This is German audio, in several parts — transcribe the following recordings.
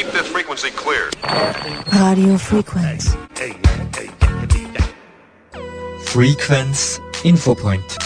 Keep this frequency clear. Radio Frequenz. Frequenz Infopoint.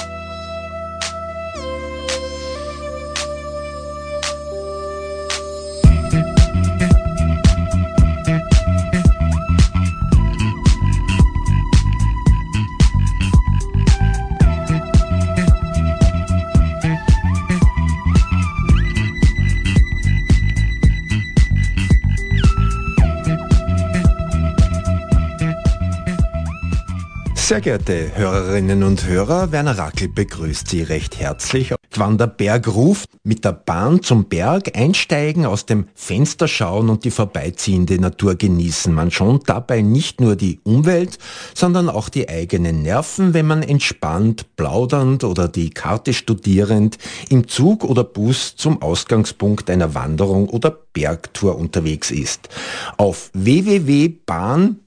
Sehr geehrte Hörerinnen und Hörer, Werner Rackel begrüßt Sie recht herzlich. Wann der Berg ruft, mit der Bahn zum Berg einsteigen, aus dem Fenster schauen und die vorbeiziehende Natur genießen. Man schont dabei nicht nur die Umwelt, sondern auch die eigenen Nerven, wenn man entspannt, plaudernd oder die Karte studierend im Zug oder Bus zum Ausgangspunkt einer Wanderung oder Bergtour unterwegs ist. Auf www.bahn-zum-berg.at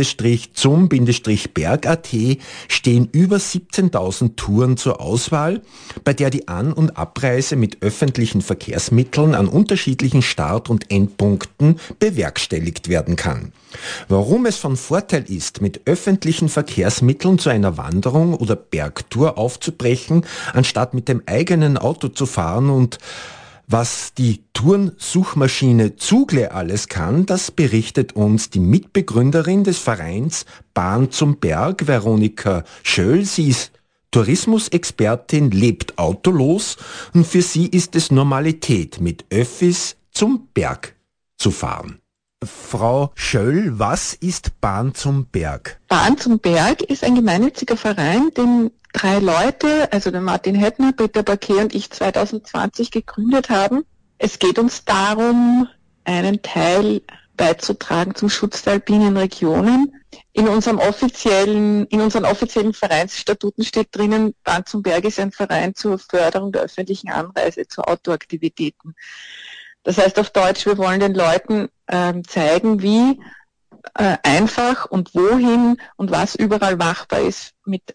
stehen über 17.000 Touren zur Auswahl, bei der die An- und Abreise mit öffentlichen Verkehrsmitteln an unterschiedlichen Start- und Endpunkten bewerkstelligt werden kann. Warum es von Vorteil ist, mit öffentlichen Verkehrsmitteln zu einer Wanderung oder Bergtour aufzubrechen, anstatt mit dem eigenen Auto zu fahren und was die Tourensuchmaschine Zugle alles kann, das berichtet uns die Mitbegründerin des Vereins Bahn zum Berg, Veronika Schöll. Sie ist Tourismusexpertin, lebt autolos und für sie ist es Normalität, mit Öffis zum Berg zu fahren. Frau Schöll, was ist Bahn zum Berg? Bahn zum Berg ist ein gemeinnütziger Verein, den 3 Leute, also der Martin Hettner, Peter Baquet und ich 2020 gegründet haben. Es geht uns darum, einen Teil beizutragen zum Schutz der alpinen Regionen. In unseren offiziellen Vereinsstatuten steht drinnen, Bahn zum Berg ist ein Verein zur Förderung der öffentlichen Anreise zu Outdoor-Aktivitäten. Das heißt auf Deutsch, wir wollen den Leuten zeigen, wie einfach und wohin und was überall machbar ist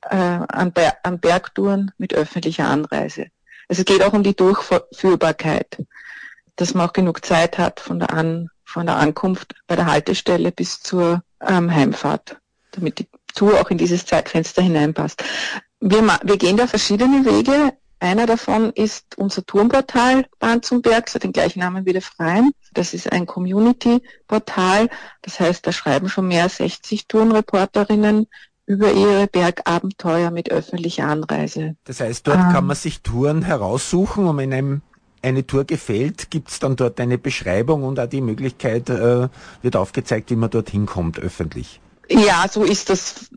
an Bergtouren mit öffentlicher Anreise. Also es geht auch um die Durchführbarkeit, dass man auch genug Zeit hat von der Ankunft bei der Haltestelle bis zur Heimfahrt, damit die Tour auch in dieses Zeitfenster hineinpasst. Wir gehen da verschiedene Wege. Einer davon ist unser Tourenportal Bahn zum Berg, das hat den gleichen Namen wie der Verein. Das ist ein Community-Portal, das heißt, da schreiben schon mehr als 60 Tourenreporterinnen über ihre Bergabenteuer mit öffentlicher Anreise. Das heißt, dort kann man sich Touren heraussuchen und wenn einem eine Tour gefällt, gibt es dann dort eine Beschreibung und auch die Möglichkeit, wird aufgezeigt, wie man dorthin kommt öffentlich. Ja, so ist das,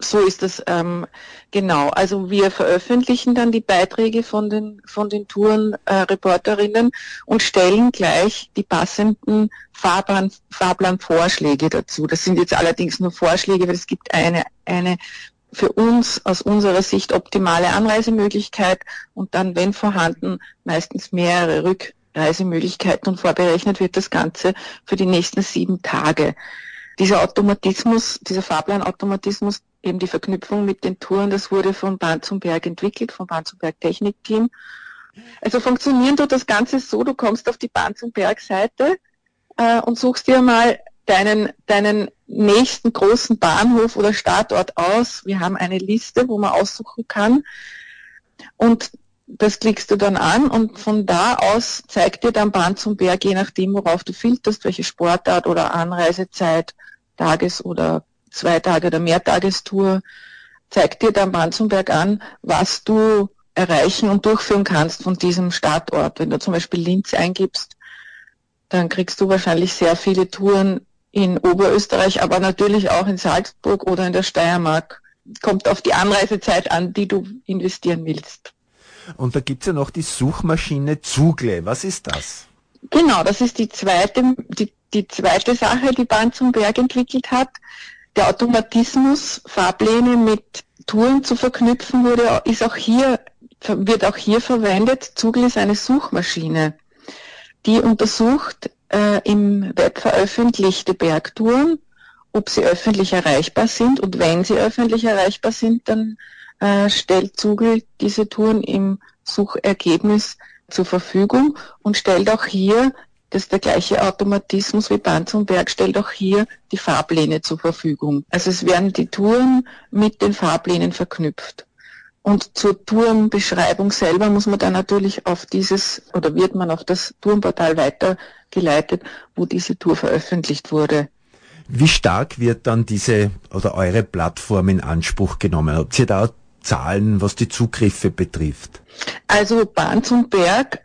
genau. Also wir veröffentlichen dann die Beiträge von den Tourenreporterinnen und stellen gleich die passenden Fahrplanvorschläge dazu. Das sind jetzt allerdings nur Vorschläge, weil es gibt eine für uns aus unserer Sicht optimale Anreisemöglichkeit und dann, wenn vorhanden, meistens mehrere Rückreisemöglichkeiten und vorberechnet wird das Ganze für die nächsten 7 Tage. Dieser Fahrplanautomatismus, eben die Verknüpfung mit den Touren, das wurde von Bahn zum Berg entwickelt, vom Bahn zum Berg Technikteam. Also funktionieren tut das Ganze so, du kommst auf die Bahn zum Berg Seite und suchst dir mal deinen nächsten großen Bahnhof oder Startort aus. Wir haben eine Liste, wo man aussuchen kann und das klickst du dann an und von da aus zeigt dir dann Bahn zum Berg, je nachdem, worauf du filterst, welche Sportart oder Anreisezeit, Tages- oder 2 Tage oder Mehrtagestour, zeigt dir dann Bahn zum Berg an, was du erreichen und durchführen kannst von diesem Startort. Wenn du zum Beispiel Linz eingibst, dann kriegst du wahrscheinlich sehr viele Touren in Oberösterreich, aber natürlich auch in Salzburg oder in der Steiermark. Kommt auf die Anreisezeit an, die du investieren willst. Und da gibt's ja noch die Suchmaschine Zugle. Was ist das? Genau, das ist die zweite Sache, die Bahn zum Berg entwickelt hat. Der Automatismus, Fahrpläne mit Touren zu verknüpfen, wird auch hier verwendet. Zugle ist eine Suchmaschine, die untersucht im Web veröffentlichte Bergtouren, ob sie öffentlich erreichbar sind. Und wenn sie öffentlich erreichbar sind, dann stellt Zugle diese Touren im Suchergebnis zur Verfügung und stellt auch hier Das ist der gleiche Automatismus wie Bahn zum Berg, stellt auch hier die Fahrpläne zur Verfügung. Also es werden die Touren mit den Fahrplänen verknüpft. Und zur Tourenbeschreibung selber muss man dann natürlich wird man auf das Tourenportal weitergeleitet, wo diese Tour veröffentlicht wurde. Wie stark wird dann diese oder eure Plattform in Anspruch genommen? Habt ihr da Zahlen, was die Zugriffe betrifft? Also Bahn zum Berg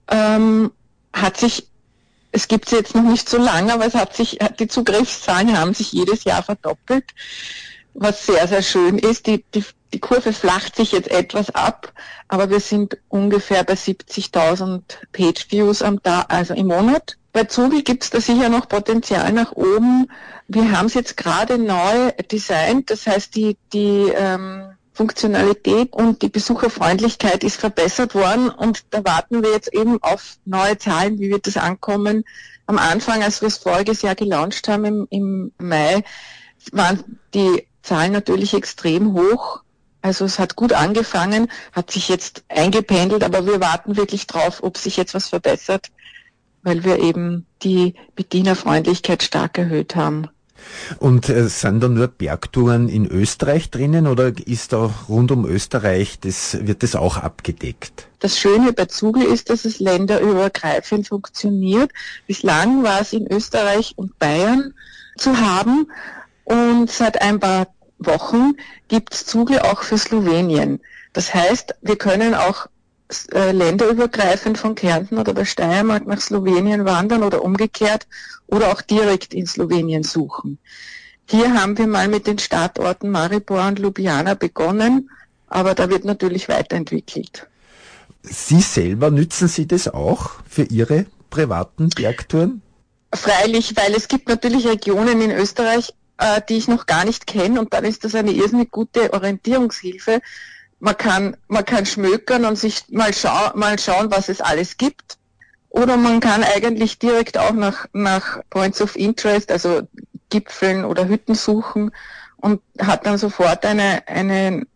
es gibt es jetzt noch nicht so lange, aber die Zugriffszahlen haben sich jedes Jahr verdoppelt, was sehr, sehr schön ist. Die Kurve flacht sich jetzt etwas ab, aber wir sind ungefähr bei 70.000 Pageviews am Tag, also im Monat. Bei Zugl gibt es da sicher noch Potenzial nach oben. Wir haben es jetzt gerade neu designt, das heißt die Funktionalität und die Besucherfreundlichkeit ist verbessert worden und da warten wir jetzt eben auf neue Zahlen, wie wird das ankommen. Am Anfang, als wir es voriges Jahr gelauncht haben im Mai, waren die Zahlen natürlich extrem hoch. Also es hat gut angefangen, hat sich jetzt eingependelt, aber wir warten wirklich drauf, ob sich jetzt was verbessert, weil wir eben die Bedienerfreundlichkeit stark erhöht haben. Und sind da nur Bergtouren in Österreich drinnen oder ist da rund um Österreich, wird das auch abgedeckt? Das Schöne bei Zugl ist, dass es länderübergreifend funktioniert. Bislang war es in Österreich und Bayern zu haben und seit ein paar Wochen gibt es Zugl auch für Slowenien. Das heißt, wir können auch länderübergreifend von Kärnten oder der Steiermark nach Slowenien wandern oder umgekehrt oder auch direkt in Slowenien suchen. Hier haben wir mal mit den Startorten Maribor und Ljubljana begonnen, aber da wird natürlich weiterentwickelt. Sie selber, nützen Sie das auch für Ihre privaten Bergtouren? Freilich, weil es gibt natürlich Regionen in Österreich, die ich noch gar nicht kenne und dann ist das eine irrsinnig gute Orientierungshilfe. Man kann schmökern und sich mal schauen, was es alles gibt. Oder man kann eigentlich direkt auch nach Points of Interest, also Gipfeln oder Hütten suchen und hat dann sofort einen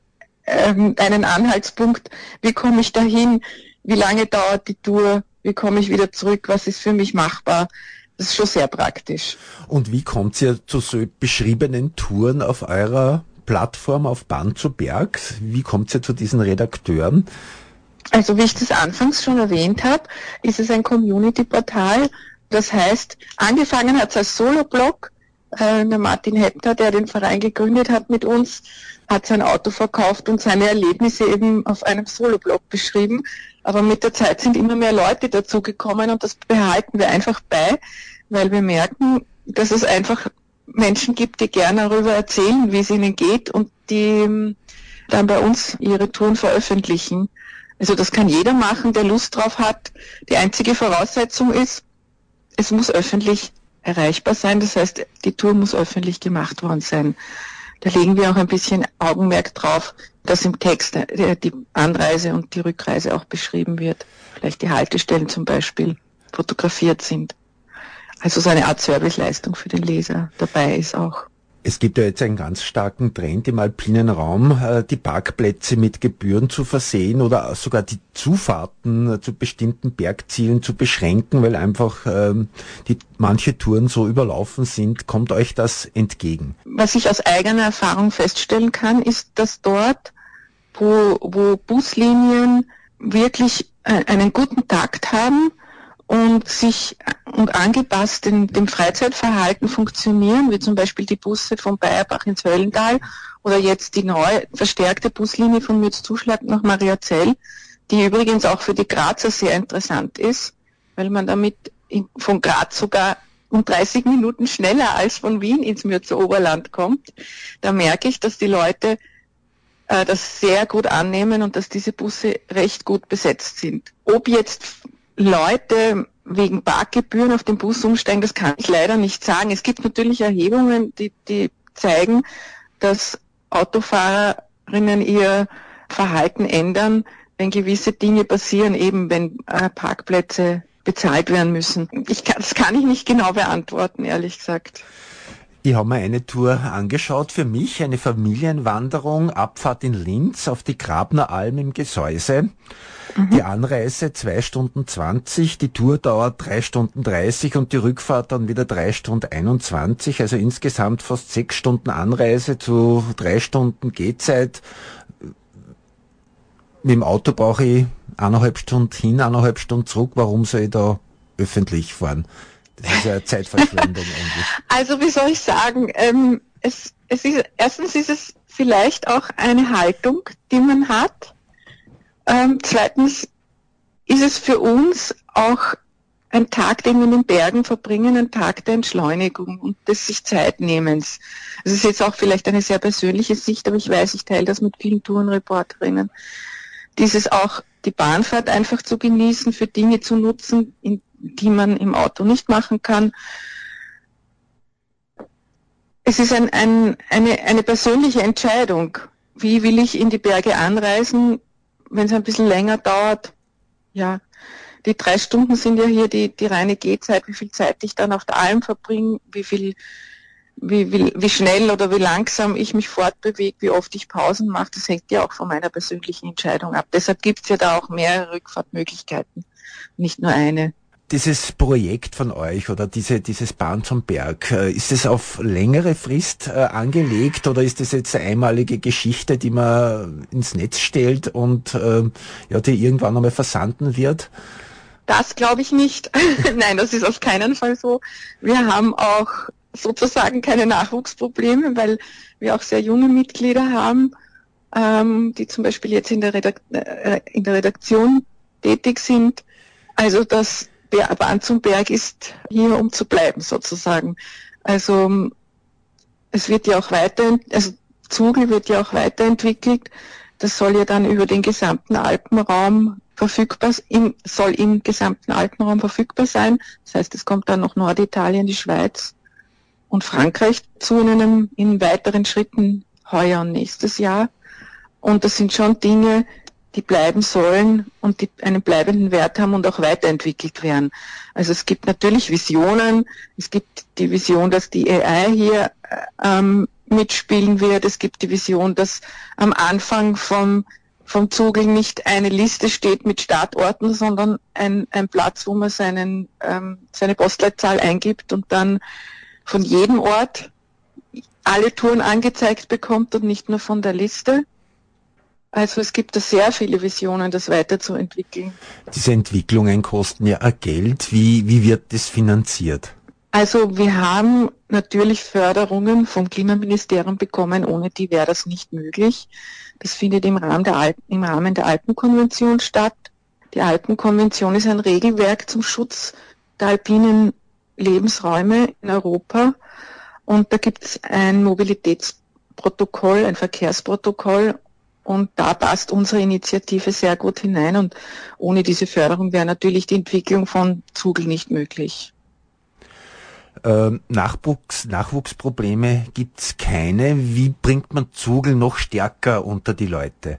Anhaltspunkt. Wie komme ich dahin? Wie lange dauert die Tour? Wie komme ich wieder zurück? Was ist für mich machbar? Das ist schon sehr praktisch. Und wie kommt ihr zu so beschriebenen Touren auf eurer Plattform auf Bahn zu Berg? Wie kommt ihr zu diesen Redakteuren? Also wie ich das anfangs schon erwähnt habe, ist es ein Community-Portal. Das heißt, angefangen hat es als Solo-Blog. Der Martin Heppner, der den Verein gegründet hat mit uns, hat sein Auto verkauft und seine Erlebnisse eben auf einem Solo-Blog beschrieben. Aber mit der Zeit sind immer mehr Leute dazugekommen und das behalten wir einfach bei, weil wir merken, dass es einfach Menschen gibt, die gerne darüber erzählen, wie es ihnen geht und die dann bei uns ihre Touren veröffentlichen. Also das kann jeder machen, der Lust drauf hat. Die einzige Voraussetzung ist, es muss öffentlich erreichbar sein. Das heißt, die Tour muss öffentlich gemacht worden sein. Da legen wir auch ein bisschen Augenmerk drauf, dass im Text die Anreise und die Rückreise auch beschrieben wird. Vielleicht die Haltestellen zum Beispiel fotografiert sind. Also so eine Art Serviceleistung für den Leser dabei ist auch. Es gibt ja jetzt einen ganz starken Trend im alpinen Raum, die Parkplätze mit Gebühren zu versehen oder sogar die Zufahrten zu bestimmten Bergzielen zu beschränken, weil einfach manche Touren so überlaufen sind. Kommt euch das entgegen? Was ich aus eigener Erfahrung feststellen kann, ist, dass dort, wo Buslinien wirklich einen guten Takt haben, und angepasst dem Freizeitverhalten funktionieren, wie zum Beispiel die Busse von Bayerbach ins Höllental oder jetzt die neu verstärkte Buslinie von Mürzzuschlag nach Mariazell, die übrigens auch für die Grazer sehr interessant ist, weil man damit von Graz sogar um 30 Minuten schneller als von Wien ins Mürzer Oberland kommt. Da merke ich, dass die Leute das sehr gut annehmen und dass diese Busse recht gut besetzt sind. Ob jetzt Leute wegen Parkgebühren auf den Bus umsteigen, das kann ich leider nicht sagen. Es gibt natürlich Erhebungen, die zeigen, dass Autofahrerinnen ihr Verhalten ändern, wenn gewisse Dinge passieren, eben wenn Parkplätze bezahlt werden müssen. Das kann ich nicht genau beantworten, ehrlich gesagt. Ich habe mir eine Tour angeschaut, für mich eine Familienwanderung, Abfahrt in Linz auf die Grabneralm im Gesäuse. Die Anreise 2 Stunden 20, die Tour dauert 3 Stunden 30 und die Rückfahrt dann wieder 3 Stunden 21, also insgesamt fast 6 Stunden Anreise zu 3 Stunden Gehzeit. Mit dem Auto brauche ich 1,5 Stunden hin, 1,5 Stunden zurück. Warum soll ich da öffentlich fahren? Das ist ja eine Zeitverschwendung eigentlich. Also wie soll ich sagen, erstens ist es vielleicht auch eine Haltung, die man hat. Zweitens ist es für uns auch ein Tag, den wir in den Bergen verbringen, ein Tag der Entschleunigung und des sich Zeitnehmens. Das ist jetzt auch vielleicht eine sehr persönliche Sicht, aber ich weiß, ich teile das mit vielen Tourenreporterinnen. Dieses auch die Bahnfahrt einfach zu genießen, für Dinge zu nutzen, die man im Auto nicht machen kann. Es ist eine persönliche Entscheidung. Wie will ich in die Berge anreisen, wenn es ein bisschen länger dauert? Ja, die 3 Stunden sind ja hier die reine Gehzeit. Wie viel Zeit ich dann auf der Alm verbringe, wie schnell oder wie langsam ich mich fortbewege, wie oft ich Pausen mache, das hängt ja auch von meiner persönlichen Entscheidung ab. Deshalb gibt es ja da auch mehrere Rückfahrtmöglichkeiten, nicht nur eine. Dieses Projekt von euch oder dieses Bahn zum Berg, ist es auf längere Frist angelegt oder ist es jetzt eine einmalige Geschichte, die man ins Netz stellt und die irgendwann einmal versanden wird? Das glaube ich nicht. Nein, das ist auf keinen Fall so. Wir haben auch sozusagen keine Nachwuchsprobleme, weil wir auch sehr junge Mitglieder haben, die zum Beispiel jetzt in der Redaktion tätig sind. Also das Bahn zum Berg ist hier, um zu bleiben sozusagen. Also es wird ja auch Zugl wird ja auch weiterentwickelt. Das soll ja dann über den gesamten Alpenraum soll im gesamten Alpenraum verfügbar sein. Das heißt, es kommt dann noch Norditalien, die Schweiz und Frankreich zu in weiteren Schritten heuer und nächstes Jahr. Und das sind schon Dinge, die bleiben sollen und die einen bleibenden Wert haben und auch weiterentwickelt werden. Also es gibt natürlich Visionen. Es gibt die Vision, dass die AI hier mitspielen wird. Es gibt die Vision, dass am Anfang vom Zugl nicht eine Liste steht mit Startorten, sondern ein Platz, wo man seine Postleitzahl eingibt und dann von jedem Ort alle Touren angezeigt bekommt und nicht nur von der Liste. Also es gibt da sehr viele Visionen, das weiterzuentwickeln. Diese Entwicklungen kosten ja auch Geld. Wie wird das finanziert? Also wir haben natürlich Förderungen vom Klimaministerium bekommen, ohne die wäre das nicht möglich. Das findet im Rahmen der Alpenkonvention statt. Die Alpenkonvention ist ein Regelwerk zum Schutz der alpinen Lebensräume in Europa. Und da gibt es ein Mobilitätsprotokoll, ein Verkehrsprotokoll. Und da passt unsere Initiative sehr gut hinein. Und ohne diese Förderung wäre natürlich die Entwicklung von Zugl nicht möglich. Nachwuchsprobleme gibt's keine. Wie bringt man Zugl noch stärker unter die Leute?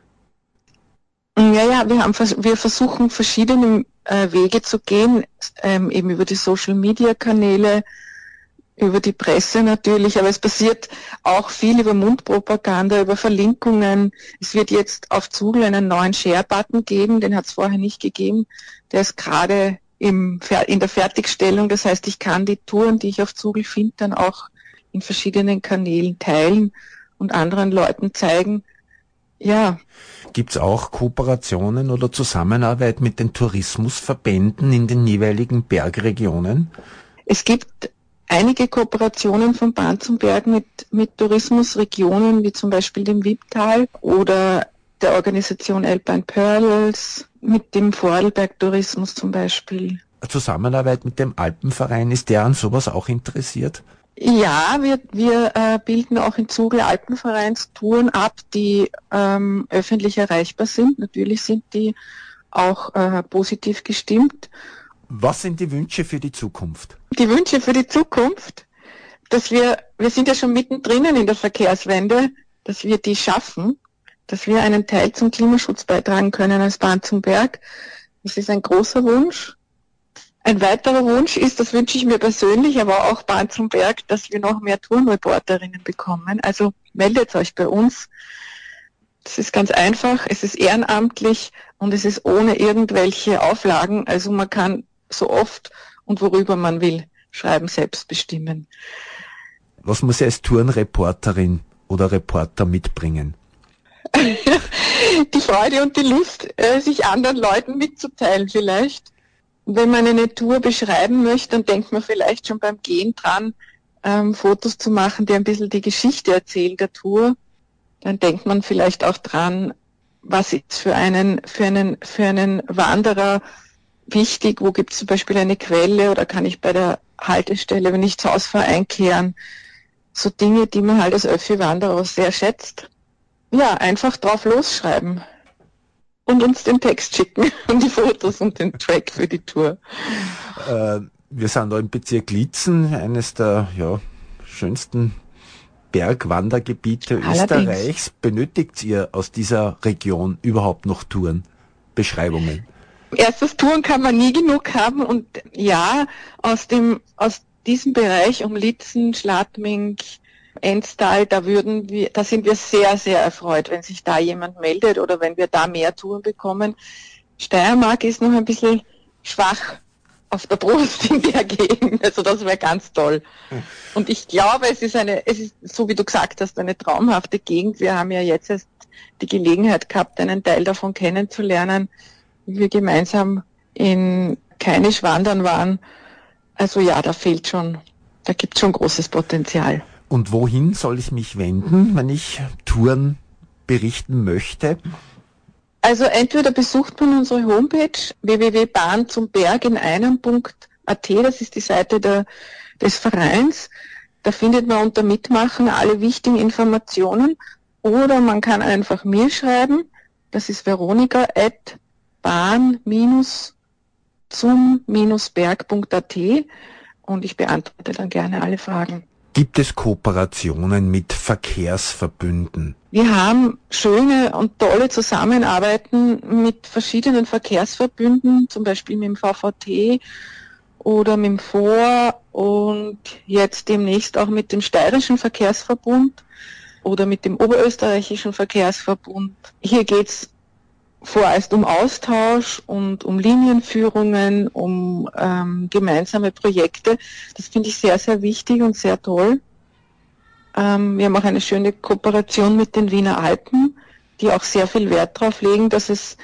Ja, wir versuchen verschiedene Wege zu gehen, eben über die Social-Media-Kanäle, über die Presse natürlich, aber es passiert auch viel über Mundpropaganda, über Verlinkungen. Es wird jetzt auf Zugl einen neuen Share-Button geben, den hat es vorher nicht gegeben. Der ist gerade in der Fertigstellung, das heißt, ich kann die Touren, die ich auf Zugl finde, dann auch in verschiedenen Kanälen teilen und anderen Leuten zeigen. Ja. Gibt's auch Kooperationen oder Zusammenarbeit mit den Tourismusverbänden in den jeweiligen Bergregionen? Es gibt einige Kooperationen von Bahn zum Berg mit Tourismusregionen, wie zum Beispiel dem Wipptal oder der Organisation Alpine Pearls, mit dem Vorarlberg Tourismus zum Beispiel. Zusammenarbeit mit dem Alpenverein, ist der an sowas auch interessiert? Ja, wir bilden auch in Zugl Alpenvereinstouren ab, die öffentlich erreichbar sind. Natürlich sind die auch positiv gestimmt. Was sind die Wünsche für die Zukunft? Die Wünsche für die Zukunft, dass wir sind ja schon mittendrin in der Verkehrswende, dass wir die schaffen, dass wir einen Teil zum Klimaschutz beitragen können als Bahn zum Berg. Das ist ein großer Wunsch. Ein weiterer Wunsch ist, das wünsche ich mir persönlich, aber auch Bahn zum Berg, dass wir noch mehr Tourenreporterinnen bekommen. Also meldet euch bei uns. Das ist ganz einfach, es ist ehrenamtlich und es ist ohne irgendwelche Auflagen. Also man kann so oft und worüber man will schreiben, selbst bestimmen. Was muss ich als Tourenreporterin oder Reporter mitbringen? Die Freude und die Lust, sich anderen Leuten mitzuteilen vielleicht. Wenn man eine Tour beschreiben möchte, dann denkt man vielleicht schon beim Gehen dran, Fotos zu machen, die ein bisschen die Geschichte erzählen der Tour. Dann denkt man vielleicht auch dran, was ist für einen Wanderer wichtig, wo gibt es zum Beispiel eine Quelle oder kann ich bei der Haltestelle, wenn ich zu Hause fahre, einkehren. So Dinge, die man halt als Öffi-Wanderer auch sehr schätzt. Ja, einfach drauf losschreiben. Und uns den Text schicken und die Fotos und den Track für die Tour. Wir sind da im Bezirk Liezen, eines der schönsten Bergwandergebiete Österreichs. Benötigt ihr aus dieser Region überhaupt noch Touren, Beschreibungen? Erstes Touren kann man nie genug haben und ja, aus diesem Bereich um Liezen, Schladming, Enstal, da sind wir sehr, sehr erfreut, wenn sich da jemand meldet oder wenn wir da mehr Touren bekommen. Steiermark ist noch ein bisschen schwach auf der Brust in der Gegend, also das wäre ganz toll. Und ich glaube, es ist, so wie du gesagt hast, eine traumhafte Gegend. Wir haben ja jetzt erst die Gelegenheit gehabt, einen Teil davon kennenzulernen, wie wir gemeinsam in Kainisch wandern waren. Also ja, da gibt es schon großes Potenzial. Und wohin soll ich mich wenden, wenn ich Touren berichten möchte? Also entweder besucht man unsere Homepage www.bahnzumberg.at, das ist die Seite des Vereins. Da findet man unter Mitmachen alle wichtigen Informationen. Oder man kann einfach mir schreiben, das ist veronika@bahn-zum-berg.at und ich beantworte dann gerne alle Fragen. Gibt es Kooperationen mit Verkehrsverbünden? Wir haben schöne und tolle Zusammenarbeiten mit verschiedenen Verkehrsverbünden, zum Beispiel mit dem VVT oder mit dem VOR und jetzt demnächst auch mit dem Steirischen Verkehrsverbund oder mit dem Oberösterreichischen Verkehrsverbund. Hier geht's vorerst um Austausch und um Linienführungen, um gemeinsame Projekte. Das finde ich sehr, sehr wichtig und sehr toll. Wir haben auch eine schöne Kooperation mit den Wiener Alpen, die auch sehr viel Wert darauf legen, dass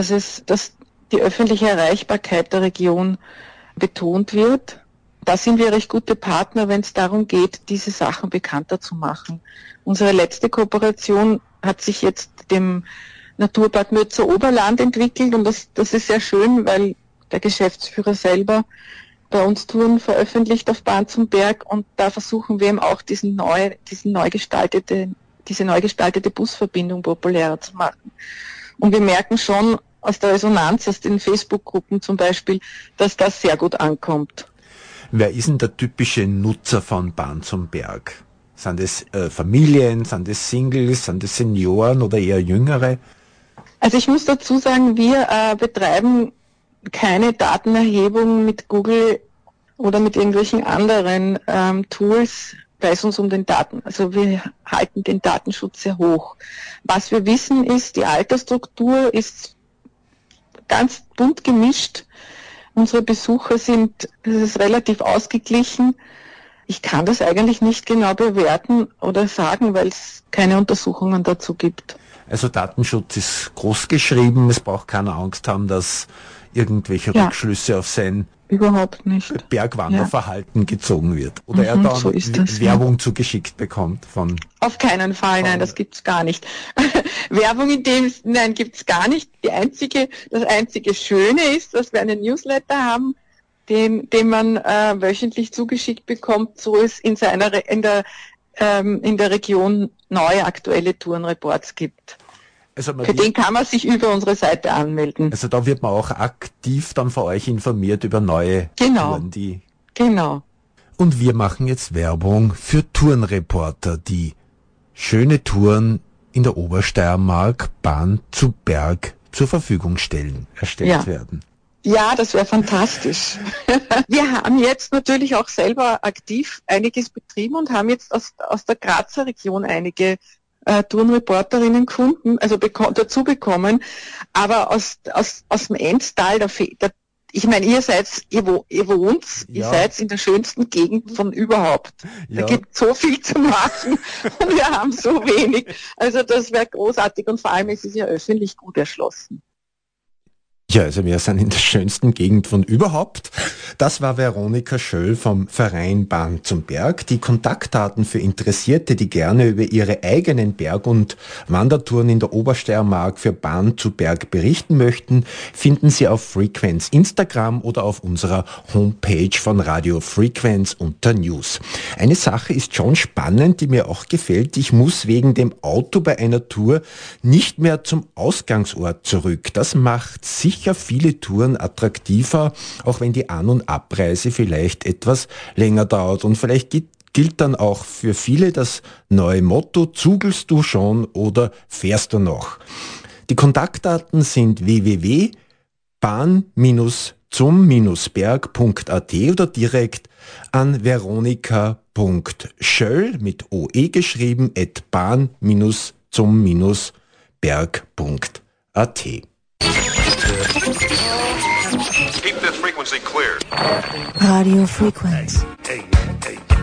die öffentliche Erreichbarkeit der Region betont wird. Da sind wir recht gute Partner, wenn es darum geht, diese Sachen bekannter zu machen. Unsere letzte Kooperation hat sich jetzt dem Naturpark Mürzer Oberland entwickelt und das ist sehr schön, weil der Geschäftsführer selber bei uns Touren veröffentlicht auf Bahn zum Berg und da versuchen wir eben auch diese neu gestaltete Busverbindung populärer zu machen. Und wir merken schon aus der Resonanz, aus den Facebook-Gruppen zum Beispiel, dass das sehr gut ankommt. Wer ist denn der typische Nutzer von Bahn zum Berg? Sind es Familien, sind es Singles, sind es Senioren oder eher Jüngere? Also ich muss dazu sagen, wir betreiben keine Datenerhebung mit Google oder mit irgendwelchen anderen Tools, weil es uns um den also wir halten den Datenschutz sehr hoch. Was wir wissen ist, die Altersstruktur ist ganz bunt gemischt. Unsere Besucher es ist relativ ausgeglichen. Ich kann das eigentlich nicht genau bewerten oder sagen, weil es keine Untersuchungen dazu gibt. Also Datenschutz ist groß geschrieben, es braucht keine Angst haben, dass irgendwelche Rückschlüsse auf sein überhaupt nicht Bergwanderverhalten gezogen wird. Oder er dann Werbung zugeschickt bekommt von... Auf keinen Fall, nein, das gibt's gar nicht. Werbung gibt's gar nicht. Das einzige Schöne ist, dass wir einen Newsletter haben, den man wöchentlich zugeschickt bekommt, so es in der Region neue aktuelle Tourenreports gibt. Also für den kann man sich über unsere Seite anmelden. Also da wird man auch aktiv dann von euch informiert über neue Touren. Genau. Und wir machen jetzt Werbung für Tourenreporter, die schöne Touren in der Obersteiermark Bahn zu Berg zur Verfügung erstellt werden. Ja, das wäre fantastisch. Wir haben jetzt natürlich auch selber aktiv einiges betrieben und haben jetzt aus der Grazer Region einige Tourenreporterinnen Kunden, also dazu bekommen, aber aus dem Enstal, ich meine, ihr wohnt, ihr seid in der schönsten Gegend von überhaupt. Da gibt so viel zu machen und wir haben so wenig. Also das wäre großartig und vor allem ist es ja öffentlich gut erschlossen. Ja, also wir sind in der schönsten Gegend von überhaupt. Das war Veronika Schöll vom Verein Bahn zum Berg. Die Kontaktdaten für Interessierte, die gerne über ihre eigenen Berg- und Wandertouren in der Obersteiermark für Bahn zu Berg berichten möchten, finden Sie auf Frequenz Instagram oder auf unserer Homepage von Radio Frequenz unter News. Eine Sache ist schon spannend, die mir auch gefällt. Ich muss wegen dem Auto bei einer Tour nicht mehr zum Ausgangsort zurück. Das macht sicher viele Touren attraktiver, auch wenn die An- und Abreise vielleicht etwas länger dauert. Und vielleicht gilt dann auch für viele das neue Motto: Zugelst du schon oder fährst du noch? Die Kontaktdaten sind www.bahn-zum-berg.at oder direkt an veronika.schöll mit OE geschrieben @bahn-zum-berg.at. Keep this frequency clear. Radio Frequenz. Hey, hey.